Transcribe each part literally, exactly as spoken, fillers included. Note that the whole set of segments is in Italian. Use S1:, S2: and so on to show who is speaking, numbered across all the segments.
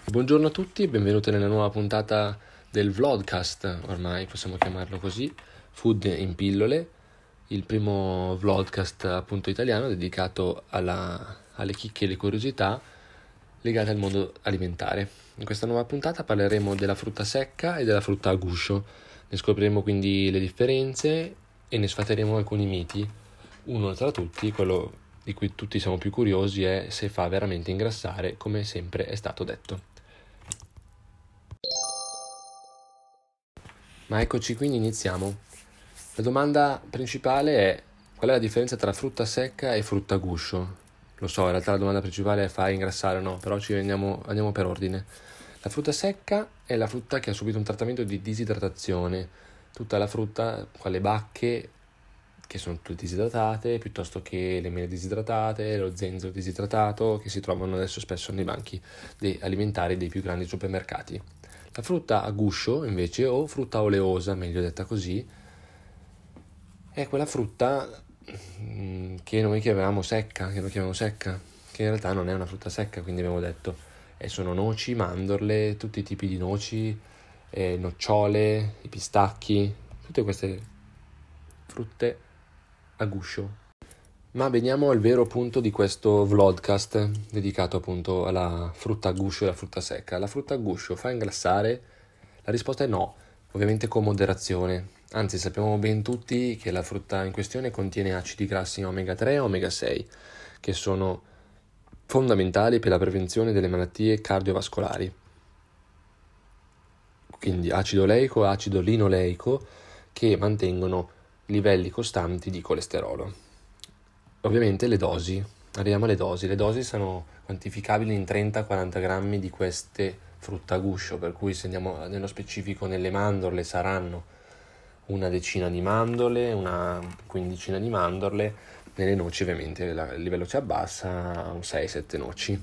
S1: Buongiorno a tutti e benvenuti nella nuova puntata del vlogcast, ormai possiamo chiamarlo così, Food in pillole, il primo vlogcast appunto italiano dedicato alla, alle chicche e alle curiosità legate al mondo alimentare. In questa nuova puntata parleremo della frutta secca e della frutta a guscio, ne scopriremo quindi le differenze e ne sfateremo alcuni miti. Uno tra tutti, quello di cui tutti siamo più curiosi, è se fa veramente ingrassare, come sempre è stato detto. Ma eccoci, quindi iniziamo. La domanda principale è: qual è la differenza tra frutta secca e frutta a guscio? Lo so, in realtà la domanda principale è: fa ingrassare o no, però ci andiamo, andiamo per ordine. La frutta secca è la frutta che ha subito un trattamento di disidratazione. Tutta la frutta, quelle bacche che sono tutte disidratate, piuttosto che le mele disidratate, lo zenzero disidratato, che si trovano adesso spesso nei banchi dei alimentari dei più grandi supermercati. La frutta a guscio, invece, o frutta oleosa, meglio detta così, è quella frutta mh, che noi chiamiamo secca, che noi chiamiamo secca, che in realtà non è una frutta secca, quindi abbiamo detto, e sono noci, mandorle, tutti i tipi di noci, eh, nocciole, i pistacchi, tutte queste frutte a guscio. Ma veniamo al vero punto di questo vlogcast dedicato appunto alla frutta a guscio e alla frutta secca. La frutta a guscio fa ingrassare? La risposta è no, ovviamente con moderazione. Anzi, sappiamo ben tutti che la frutta in questione contiene acidi grassi omega tre e omega sei, che sono fondamentali per la prevenzione delle malattie cardiovascolari. Quindi acido oleico e acido linoleico, che mantengono livelli costanti di colesterolo. Ovviamente le dosi, arriviamo alle dosi, le dosi sono quantificabili in trenta quaranta grammi di queste frutta a guscio, per cui se andiamo nello specifico nelle mandorle saranno una decina di mandorle, una quindicina di mandorle, nelle noci ovviamente il livello si abbassa a un sei sette noci.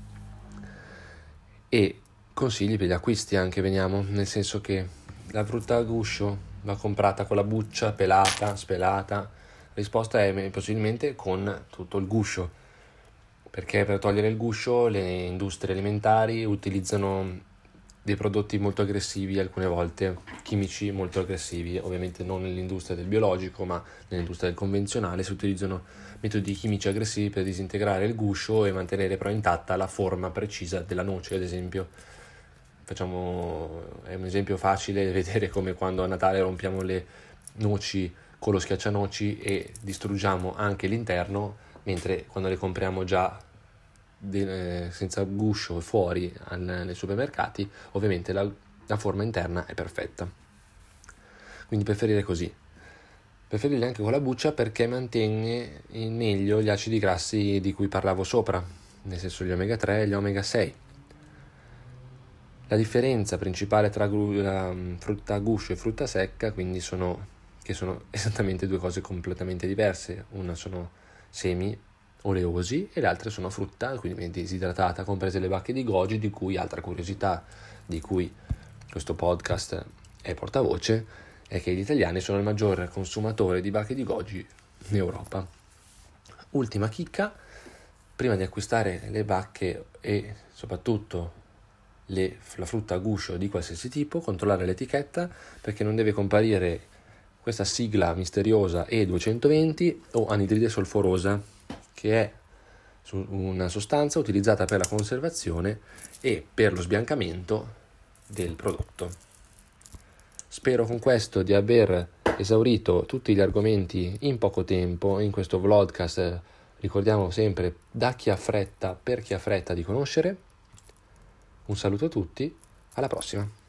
S1: E consigli per gli acquisti anche, veniamo, nel senso che la frutta a guscio va comprata con la buccia, pelata, spelata. La risposta è possibilmente con tutto il guscio, perché per togliere il guscio le industrie alimentari utilizzano dei prodotti molto aggressivi, alcune volte chimici molto aggressivi, ovviamente non nell'industria del biologico, ma nell'industria del convenzionale si utilizzano metodi chimici aggressivi per disintegrare il guscio e mantenere però intatta la forma precisa della noce, ad esempio. Facciamo, è un esempio facile vedere come quando a Natale rompiamo le noci con lo schiaccianoci e distruggiamo anche l'interno, mentre quando le compriamo già de, eh, senza guscio fuori al, nei supermercati, ovviamente la, la forma interna è perfetta. Quindi preferire così. Preferire anche con la buccia perché mantiene meglio gli acidi grassi di cui parlavo sopra, nel senso gli omega tre e gli omega sei. La differenza principale tra la frutta a guscio e frutta secca quindi sono che sono esattamente due cose completamente diverse. Una sono semi oleosi e l'altra sono frutta, quindi disidratata, comprese le bacche di goji, di cui altra curiosità di cui questo podcast è portavoce è che gli italiani sono il maggior consumatore di bacche di goji in Europa. Ultima chicca: prima di acquistare le bacche e soprattutto le, la frutta a guscio di qualsiasi tipo, controllare l'etichetta, perché non deve comparire questa sigla misteriosa E duecentoventi o anidride solforosa, che è una sostanza utilizzata per la conservazione e per lo sbiancamento del prodotto. Spero con questo di aver esaurito tutti gli argomenti in poco tempo in questo vlogcast. Ricordiamo sempre, da chi ha fretta, per chi ha fretta di conoscere. Un saluto a tutti, alla prossima!